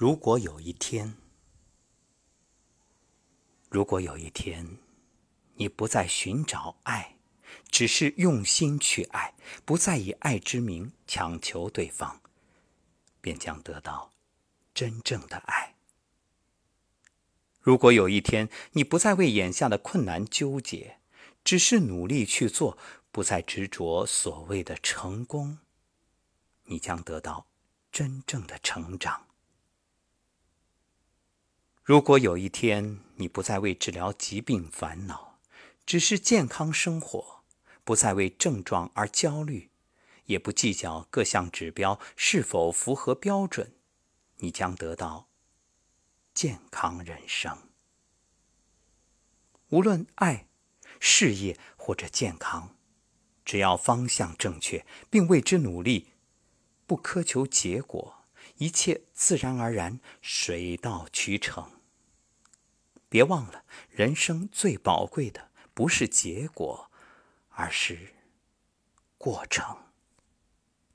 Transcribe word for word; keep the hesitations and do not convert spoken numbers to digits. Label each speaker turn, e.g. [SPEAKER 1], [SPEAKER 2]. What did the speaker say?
[SPEAKER 1] 如果有一天，如果有一天，你不再寻找爱，只是用心去爱，不再以爱之名强求对方，便将得到真正的爱。如果有一天，你不再为眼下的困难纠结，只是努力去做，不再执着所谓的成功，你将得到真正的成长。如果有一天，你不再为治疗疾病烦恼，只是健康生活，不再为症状而焦虑，也不计较各项指标是否符合标准，你将得到健康人生。无论爱、事业或者健康，只要方向正确，并为之努力，不苛求结果，一切自然而然，水到渠成。别忘了，人生最宝贵的不是结果，而是过程。